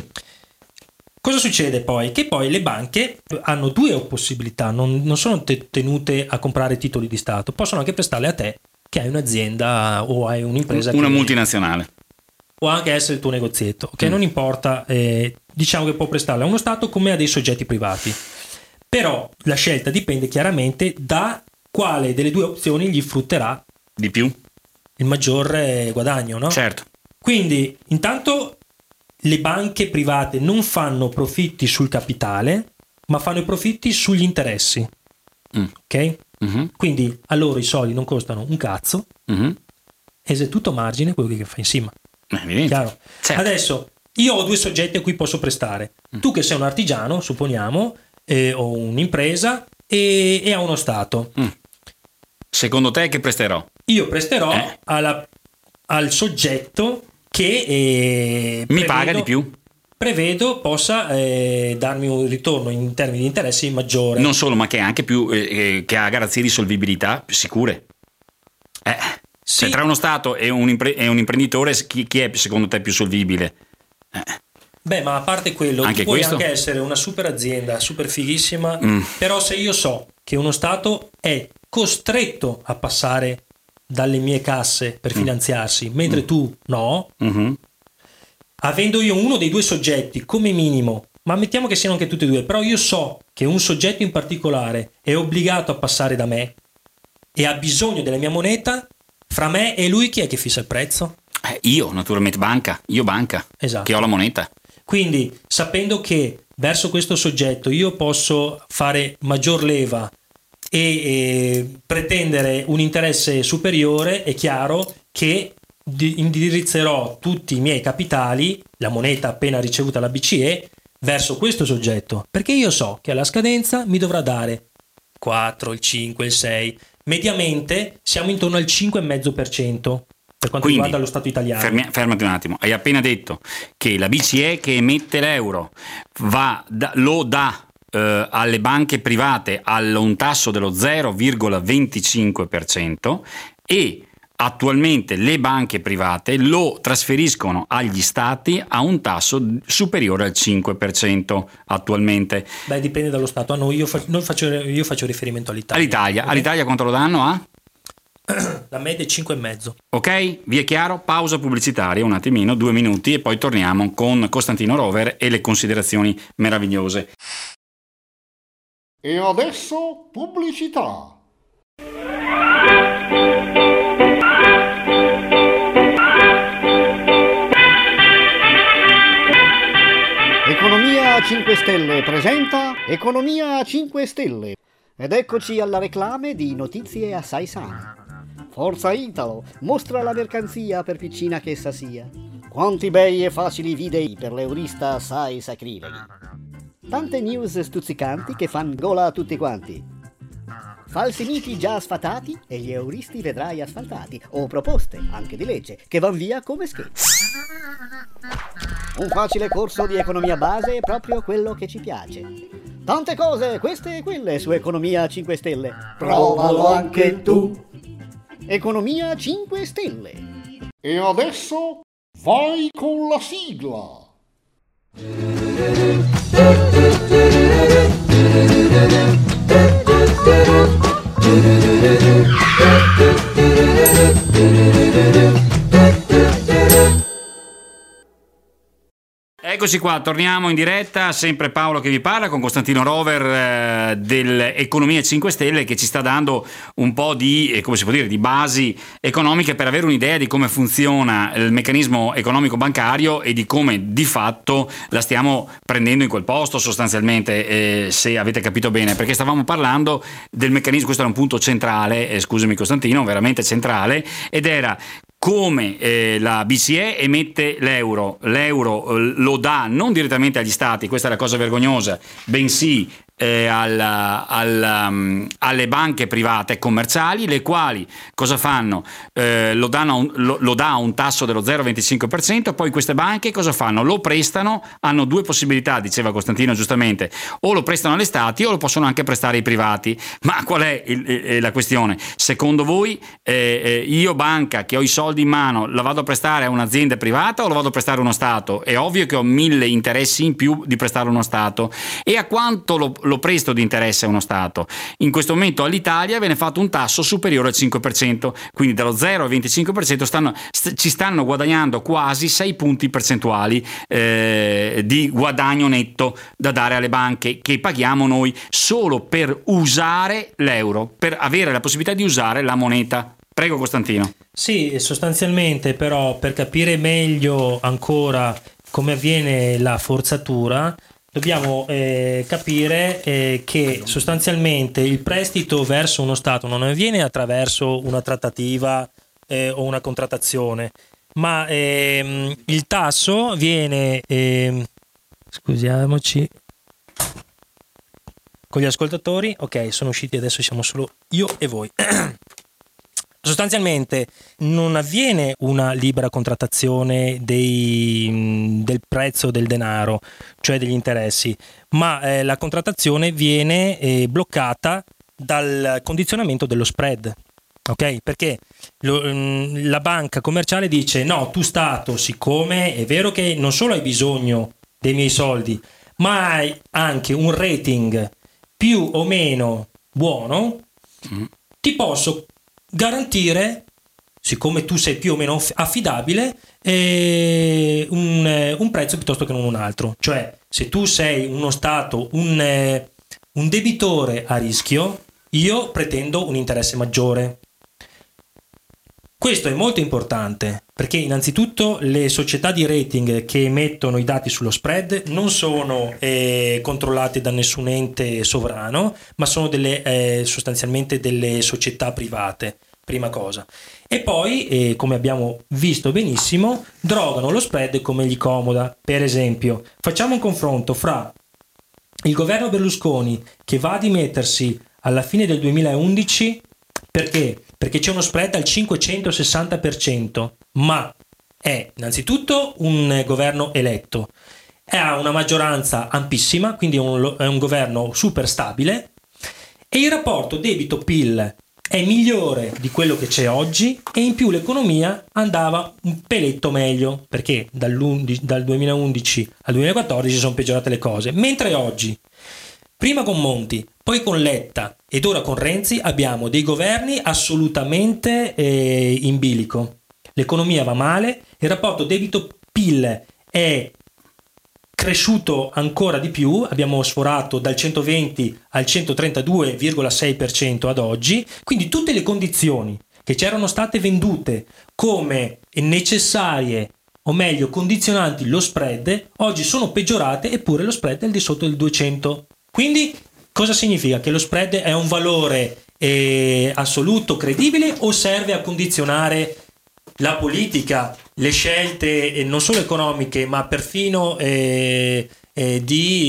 Cosa succede poi? Che poi le banche hanno due possibilità, non, non sono te- tenute a comprare titoli di Stato, possono anche prestarle a te che hai un'azienda o hai un'impresa. Una che multinazionale. O anche essere il tuo negozietto, che mm. non importa, eh, diciamo che può prestarle a uno Stato come a dei soggetti privati. Però la scelta dipende chiaramente da quale delle due opzioni gli frutterà di più il maggior eh, guadagno, no? Certo. Quindi intanto le banche private non fanno profitti sul capitale, ma fanno i profitti sugli interessi. Mm. Ok? Mm-hmm. Quindi a loro i soldi non costano un cazzo, mm-hmm. e se è tutto margine quello che fa insieme. Chiaro? Certo. Adesso io ho due soggetti a cui posso prestare. Mm. Tu che sei un artigiano, supponiamo, eh, o un'impresa e, e a uno Stato. Mm. Secondo te che presterò? Io presterò eh. alla, al soggetto che eh, mi prevedo, paga di più. Prevedo possa eh, darmi un ritorno in termini di interessi maggiore. Non solo, ma che anche più eh, che ha garanzie di solvibilità più sicure. Eh. Sì. Cioè, tra uno Stato e un, impre- e un imprenditore, chi, chi è secondo te più solvibile? Eh. Beh, ma a parte quello, anche puoi questo? anche essere una super azienda, super fighissima, mm. però se io so che uno Stato è costretto a passare dalle mie casse per mm. finanziarsi, mentre mm. tu no, mm-hmm. avendo io uno dei due soggetti come minimo, ma mettiamo che siano anche tutti e due, però io so che un soggetto in particolare è obbligato a passare da me e ha bisogno della mia moneta, fra me e lui chi è che fissa il prezzo? Eh, io, naturalmente, banca, io banca, esatto. Che ho la moneta. Quindi, sapendo che verso questo soggetto io posso fare maggior leva e, e pretendere un interesse superiore, è chiaro che di- indirizzerò tutti i miei capitali, la moneta appena ricevuta dalla B C E, verso questo soggetto, perché io so che alla scadenza mi dovrà dare quattro, il cinque, il sei. Mediamente siamo intorno al cinque virgola cinque per cento per quanto Quindi, riguarda lo Stato italiano. Fermi, fermati un attimo, hai appena detto che la B C E che emette l'euro va da, lo dà eh, alle banche private a un tasso dello zero virgola venticinque per cento e attualmente le banche private lo trasferiscono agli stati a un tasso superiore al cinque per cento attualmente. Beh, dipende dallo stato. Ah, no, io, fa- non faccio, io faccio riferimento all'Italia. All'Italia, okay. All'Italia quanto lo danno a? La media è cinque virgola cinque. Ok, vi è chiaro? Pausa pubblicitaria un attimino, due minuti, e poi torniamo con Costantino Rover e le considerazioni meravigliose. E adesso pubblicità. Economia a cinque Stelle presenta Economia a cinque Stelle. Ed eccoci alla reclame di notizie assai sane. Forza Italo, mostra la mercanzia per piccina che essa sia. Quanti bei e facili videi per l'eurista assai sacrilegi. Tante news stuzzicanti che fan gola a tutti quanti. Falsi miti già sfatati e gli euristi vedrai asfaltati, o proposte, anche di legge, che van via come scherzi. Un facile corso di economia base è proprio quello che ci piace. Tante cose, queste e quelle, su Economia a cinque Stelle. Provalo anche tu. Economia a cinque Stelle. E adesso vai con la sigla. Eccoci qua, torniamo in diretta, sempre Paolo che vi parla con Costantino Rover eh, dell'Economia cinque Stelle, che ci sta dando un po' di, eh, come si può dire, di basi economiche per avere un'idea di come funziona il meccanismo economico bancario e di come di fatto la stiamo prendendo in quel posto sostanzialmente, eh, se avete capito bene, perché stavamo parlando del meccanismo, questo era un punto centrale, eh, scusami Costantino, veramente centrale, ed era come eh, la B C E emette l'euro, l'euro eh, lo dà non direttamente agli stati, questa è la cosa vergognosa, bensì eh, alla, alla, um, alle banche private commerciali, le quali cosa fanno? Eh, lo, danno un, lo, lo dà a un tasso dello zero virgola venticinque per cento, poi queste banche cosa fanno? Lo prestano, hanno due possibilità, diceva Costantino giustamente, o lo prestano agli stati o lo possono anche prestare ai privati. Ma qual è il, il, la questione? Secondo voi eh, eh, io banca che ho i soldi in mano la vado a prestare a un'azienda privata o lo vado a prestare a uno Stato? È ovvio che ho mille interessi in più di prestare a uno Stato. E a quanto lo, lo presto di interesse a uno Stato? In questo momento all'Italia viene fatto un tasso superiore al cinque per cento, quindi dallo zero al venticinque per cento stanno, st- ci stanno guadagnando quasi sei punti percentuali eh, di guadagno netto da dare alle banche, che paghiamo noi solo per usare l'euro, per avere la possibilità di usare la moneta. Prego Costantino. Sì, sostanzialmente però per capire meglio ancora come avviene la forzatura dobbiamo eh, capire eh, che sostanzialmente il prestito verso uno Stato non avviene attraverso una trattativa eh, o una contrattazione, ma ehm, il tasso viene, ehm, scusiamoci, con gli ascoltatori, ok, sono usciti, adesso siamo solo io e voi. Sostanzialmente non avviene una libera contrattazione dei, del prezzo del denaro, cioè degli interessi, ma eh, la contrattazione viene eh, bloccata dal condizionamento dello spread. Ok? Perché lo, la banca commerciale dice: no, tu Stato, siccome è vero che non solo hai bisogno dei miei soldi, ma hai anche un rating più o meno buono, mm. ti posso garantire, siccome tu sei più o meno affidabile, eh, un, un prezzo piuttosto che non un altro. Cioè, se tu sei uno Stato, un, eh, un debitore a rischio, io pretendo un interesse maggiore. Questo è molto importante perché innanzitutto le società di rating che emettono i dati sullo spread non sono eh, controllate da nessun ente sovrano, ma sono delle, eh, sostanzialmente delle società private, prima cosa. E poi, eh, come abbiamo visto benissimo, drogano lo spread come gli comoda. Per esempio, facciamo un confronto fra il governo Berlusconi, che va a dimettersi alla fine del duemilaundici, perché? Perché c'è uno spread al cinquecentosessanta per cento, ma è innanzitutto un governo eletto, ha una maggioranza ampissima, quindi è un, è un governo super stabile, e il rapporto debito-P I L è migliore di quello che c'è oggi, e in più l'economia andava un peletto meglio, perché dal duemilaundici al duemilaquattordici sono peggiorate le cose, mentre oggi, prima con Monti, poi con Letta ed ora con Renzi, abbiamo dei governi assolutamente eh, in bilico. L'economia va male, il rapporto debito-P I L è cresciuto ancora di più, abbiamo sforato dal centoventi al centotrentadue virgola sei per cento ad oggi, quindi tutte le condizioni che c'erano state vendute come necessarie, o meglio condizionanti lo spread, oggi sono peggiorate, eppure lo spread è al di sotto del duecento. Quindi cosa significa? Che lo spread è un valore eh, assoluto, credibile, o serve a condizionare la politica, le scelte eh, non solo economiche, ma perfino eh, eh,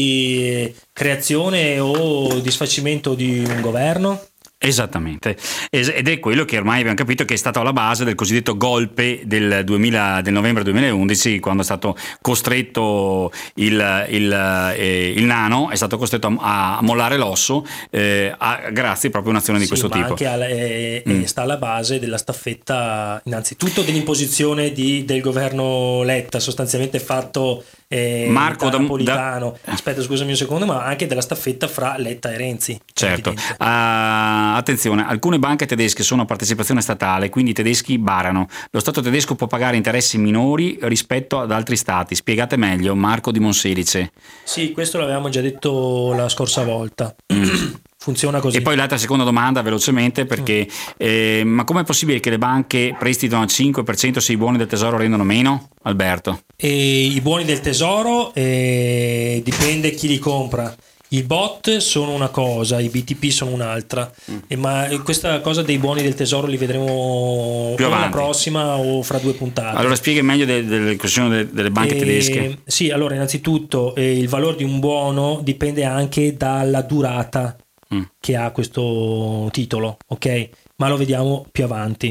di creazione o disfacimento di un governo? Esattamente, ed è quello che ormai abbiamo capito che è stato alla base del cosiddetto golpe del, duemila, del novembre duemilaundici, quando è stato costretto il, il, eh, il nano è stato costretto a, a mollare l'osso eh, a, grazie proprio a un'azione di sì, questo ma tipo. Anche alla, è, mm. sta alla base della staffetta, innanzitutto dell'imposizione di, del governo Letta, sostanzialmente fatto eh, Marco da, Napolitano. Da... Aspetta, scusami un secondo, ma anche della staffetta fra Letta e Renzi. Certo. Uh, attenzione, alcune banche tedesche sono a partecipazione statale, quindi i tedeschi barano. Lo Stato tedesco può pagare interessi minori rispetto ad altri stati. Spiegate meglio, Marco di Monselice. Sì, questo l'avevamo già detto la scorsa volta. Mm. Funziona così. E poi l'altra seconda domanda velocemente, perché mm. eh, ma com'è possibile che le banche prestino al cinque per cento se i buoni del tesoro rendono meno? Alberto. E i buoni del tesoro eh, dipende chi li compra. I bot sono una cosa, i B T P sono un'altra, mm. e ma questa cosa dei buoni del tesoro li vedremo più avanti, la prossima o fra due puntate. Allora spieghi meglio de- delle questioni de- delle banche e, tedesche. Sì, allora innanzitutto eh, il valore di un buono dipende anche dalla durata mm. che ha questo titolo, ok? Ma lo vediamo più avanti.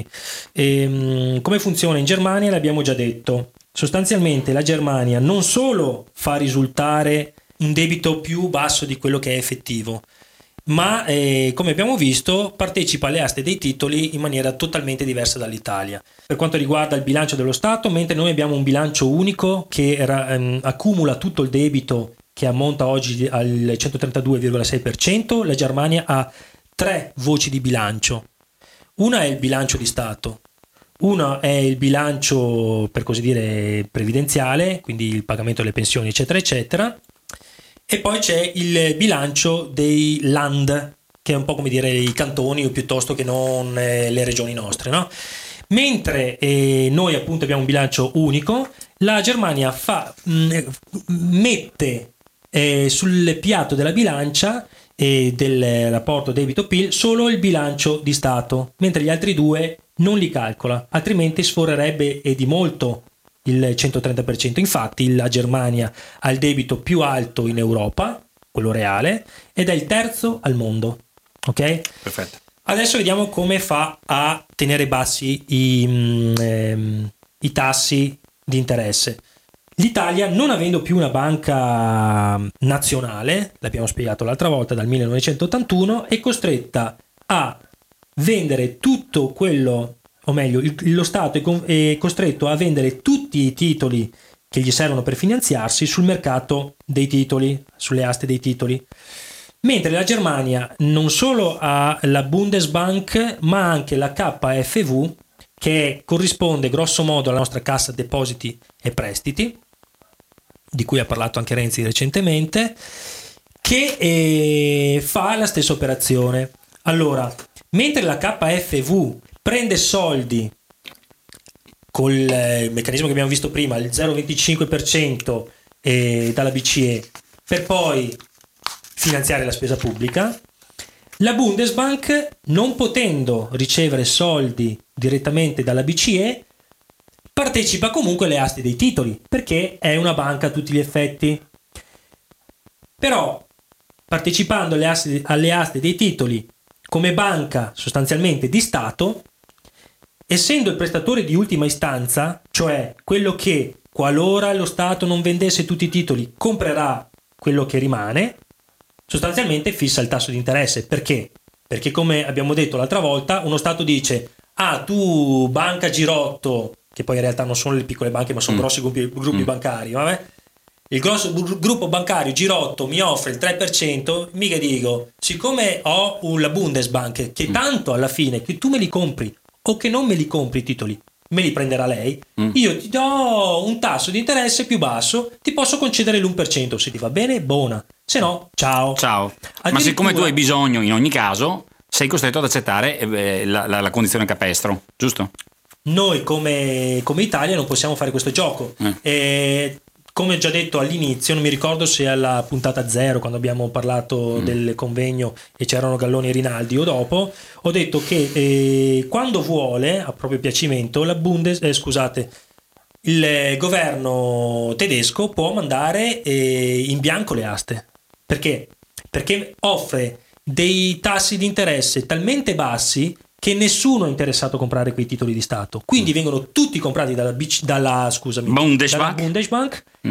E, come funziona in Germania l'abbiamo già detto. Sostanzialmente la Germania non solo fa risultare un debito più basso di quello che è effettivo, ma eh, come abbiamo visto partecipa alle aste dei titoli in maniera totalmente diversa dall'Italia. Per quanto riguarda il bilancio dello Stato, mentre noi abbiamo un bilancio unico che era, ehm, accumula tutto il debito che ammonta oggi al centotrentadue virgola sei per cento, la Germania ha tre voci di bilancio. Una è il bilancio di Stato, una è il bilancio per così dire previdenziale, quindi il pagamento delle pensioni eccetera eccetera, e poi c'è il bilancio dei Land, che è un po' come dire i cantoni o piuttosto che non eh, le regioni nostre, no? Mentre eh, noi appunto abbiamo un bilancio unico, la Germania fa, mh, mette eh, sul piatto della bilancia e del rapporto debito-P I L solo il bilancio di Stato, mentre gli altri due non li calcola, altrimenti sforerebbe e di molto il centotrenta per cento. Infatti la Germania ha il debito più alto in Europa, quello reale, ed è il terzo al mondo. Ok? Perfetto. Adesso vediamo come fa a tenere bassi i, mm, ehm, i tassi di interesse. L'Italia, non avendo più una banca nazionale, l'abbiamo spiegato l'altra volta, dal millenovecentottantuno, è costretta a vendere tutto quello, o meglio, il, lo Stato è costretto a vendere tutti i titoli che gli servono per finanziarsi sul mercato dei titoli, sulle aste dei titoli. Mentre la Germania non solo ha la Bundesbank, ma anche la K F V, che corrisponde grosso modo alla nostra Cassa Depositi e Prestiti, di cui ha parlato anche Renzi recentemente, che eh, fa la stessa operazione. Allora, mentre la K F V prende soldi col eh, meccanismo che abbiamo visto prima, il zero virgola venticinque per cento eh, dalla B C E, per poi finanziare la spesa pubblica, la Bundesbank, non potendo ricevere soldi direttamente dalla B C E, partecipa comunque alle aste dei titoli, perché è una banca a tutti gli effetti. Però, partecipando alle aste, alle aste dei titoli come banca sostanzialmente di Stato, essendo il prestatore di ultima istanza, cioè quello che, qualora lo Stato non vendesse tutti i titoli, comprerà quello che rimane, sostanzialmente fissa il tasso di interesse. Perché? perché come abbiamo detto l'altra volta, uno Stato dice: ah, tu banca Girotto, che poi in realtà non sono le piccole banche ma sono mm. grossi gruppi, gruppi mm. bancari, vabbè, il grosso gruppo bancario Girotto mi offre il tre per cento, mica dico, siccome ho la Bundesbank che tanto alla fine che tu me li compri o che non me li compri i titoli me li prenderà lei, mm. io ti do un tasso di interesse più basso, ti posso concedere l'uno per cento, se ti va bene buona, se no ciao ciao. Ma siccome tu hai bisogno in ogni caso sei costretto ad accettare eh, la, la, la condizione capestro, giusto? Noi come, come Italia non possiamo fare questo gioco. mm. e come ho già detto all'inizio, non mi ricordo se alla puntata zero, quando abbiamo parlato mm. del convegno e c'erano Galloni e Rinaldi, o dopo, ho detto che eh, quando vuole, a proprio piacimento, la Bundes, eh, scusate, il governo tedesco può mandare eh, in bianco le aste. Perché? Perché offre dei tassi di interesse talmente bassi che nessuno è interessato a comprare quei titoli di Stato, quindi mm. vengono tutti comprati dalla, dalla, scusami, Bundesbank, dalla Bundesbank mm.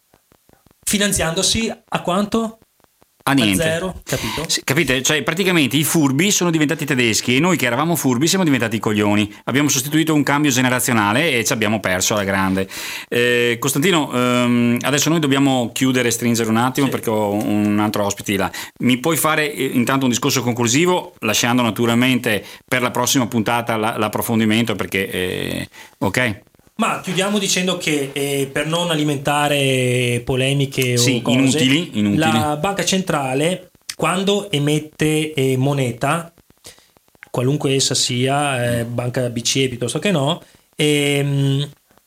finanziandosi a quanto? A niente. A zero, capito? Sì, capite? Cioè praticamente i furbi sono diventati tedeschi e noi che eravamo furbi siamo diventati coglioni. Abbiamo sostituito un cambio generazionale e ci abbiamo perso alla grande. eh, Costantino, ehm, adesso noi dobbiamo chiudere e stringere un attimo, sì, perché ho un altro ospite là. Mi puoi fare intanto un discorso conclusivo, lasciando naturalmente per la prossima puntata l'approfondimento, perché eh, ok? Ma chiudiamo dicendo che eh, per non alimentare polemiche sì, o cose, inutili, inutili, la banca centrale quando emette eh, moneta, qualunque essa sia, eh, banca B C E piuttosto che no, ehm,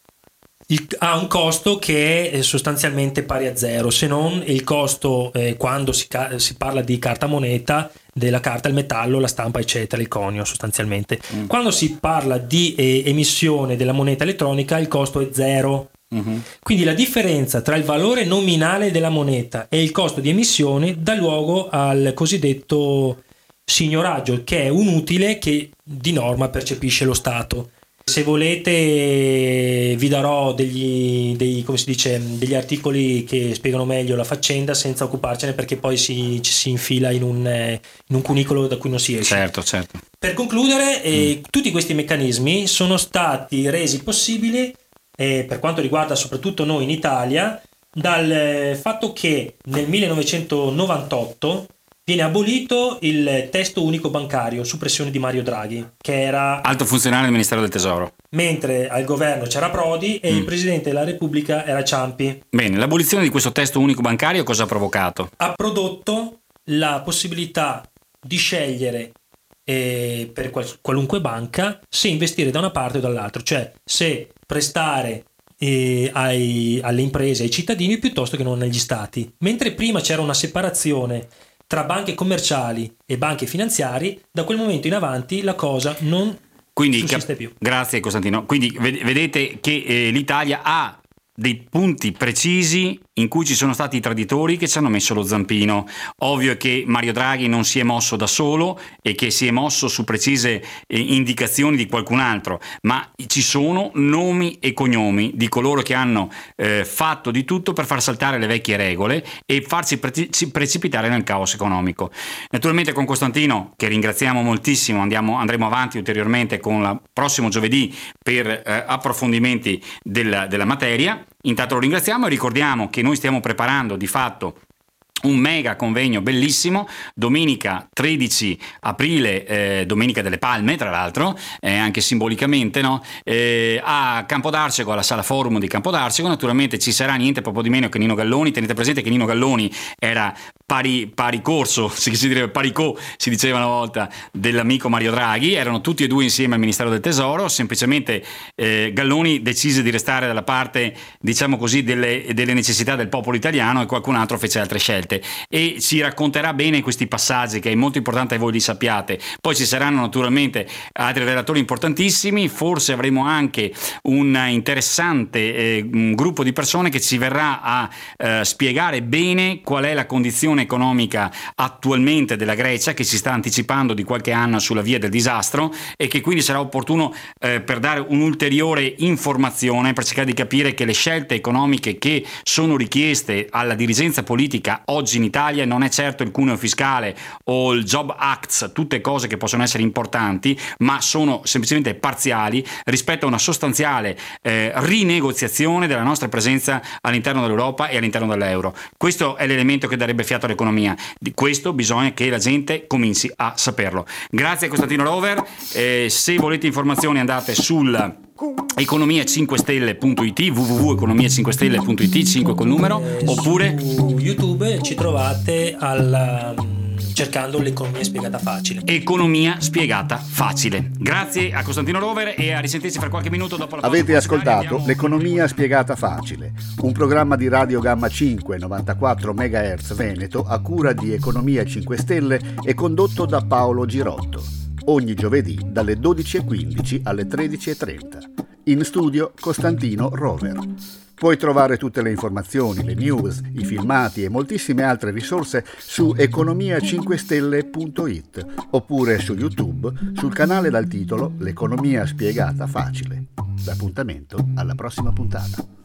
il, ha un costo che è sostanzialmente pari a zero, se non il costo eh, quando si, si parla di carta moneta, della carta, il metallo, la stampa eccetera, il conio sostanzialmente. Mm. Quando si parla di eh, emissione della moneta elettronica il costo è zero. Mm-hmm. Quindi la differenza tra il valore nominale della moneta e il costo di emissione dà luogo al cosiddetto signoraggio, che è un utile che di norma percepisce lo Stato. Se volete vi darò degli, dei, come si dice, degli articoli che spiegano meglio la faccenda senza occuparcene, perché poi si, ci si infila in un, in un cunicolo da cui non si esce. Certo, certo. Per concludere, eh, mm. tutti questi meccanismi sono stati resi possibili, eh, per quanto riguarda soprattutto noi in Italia, dal fatto che nel millenovecentonovantotto viene abolito il testo unico bancario su pressione di Mario Draghi, che era alto funzionario del Ministero del Tesoro, mentre al governo c'era Prodi e mm. il Presidente della Repubblica era Ciampi. Bene, l'abolizione di questo testo unico bancario cosa ha provocato? Ha prodotto la possibilità di scegliere eh, per qual- qualunque banca se investire da una parte o dall'altra, cioè se prestare eh, ai, alle imprese, ai cittadini, piuttosto che non agli stati. Mentre prima c'era una separazione tra banche commerciali e banche finanziarie, da quel momento in avanti la cosa non Quindi, sussiste cap- più. Grazie Costantino. Quindi vedete che eh, l'Italia ha dei punti precisi in cui ci sono stati i traditori che ci hanno messo lo zampino. Ovvio è che Mario Draghi non si è mosso da solo e che si è mosso su precise eh, indicazioni di qualcun altro, ma ci sono nomi e cognomi di coloro che hanno eh, fatto di tutto per far saltare le vecchie regole e farsi pre- precipitare nel caos economico. Naturalmente con Costantino, che ringraziamo moltissimo, andiamo, andremo avanti ulteriormente con il prossimo giovedì per eh, approfondimenti della, della materia. Intanto lo ringraziamo e ricordiamo che noi stiamo preparando di fatto un mega convegno bellissimo domenica tredici aprile, eh, domenica delle Palme tra l'altro, eh, anche simbolicamente, no? eh, a Campodarcego, alla sala forum di Campodarcego. Naturalmente ci sarà niente proprio di meno che Nino Galloni. Tenete presente che Nino Galloni era pari, pari corso, si, si direbbe parico, si diceva una volta, dell'amico Mario Draghi. Erano tutti e due insieme al Ministero del Tesoro. Semplicemente eh, Galloni decise di restare dalla parte, diciamo così, delle, delle necessità del popolo italiano e qualcun altro fece altre scelte. E ci racconterà bene questi passaggi, che è molto importante che voi li sappiate. Poi ci saranno naturalmente altri relatori importantissimi, forse avremo anche un interessante eh, un gruppo di persone che ci verrà a eh, spiegare bene qual è la condizione economica attualmente della Grecia, che si sta anticipando di qualche anno sulla via del disastro, e che quindi sarà opportuno eh, per dare un'ulteriore informazione, per cercare di capire che le scelte economiche che sono richieste alla dirigenza politica oggi oggi in Italia non è certo il cuneo fiscale o il Job Act, tutte cose che possono essere importanti, ma sono semplicemente parziali rispetto a una sostanziale eh, rinegoziazione della nostra presenza all'interno dell'Europa e all'interno dell'euro. Questo è l'elemento che darebbe fiato all'economia. Di questo bisogna che la gente cominci a saperlo. Grazie a Costantino Rover. Eh, se volete informazioni andate sul economia cinque stelle punto it, w w w punto economia cinque stelle punto it, cinque col numero, eh, oppure su YouTube ci trovate al, cercando l'economia spiegata facile. Economia spiegata facile. Grazie a Costantino Rover e a risentirci fra qualche minuto dopo la pausa. Avete ascoltato Abbiamo... L'economia spiegata facile, un programma di Radio Gamma cinque novantaquattro megahertz Veneto a cura di Economia cinque Stelle e condotto da Paolo Girotto. Ogni giovedì dalle dodici e quindici alle tredici e trenta. In studio Costantino Rover. Puoi trovare tutte le informazioni, le news, i filmati e moltissime altre risorse su economia cinque stelle punto it oppure su YouTube sul canale dal titolo L'economia spiegata facile. L'appuntamento alla prossima puntata.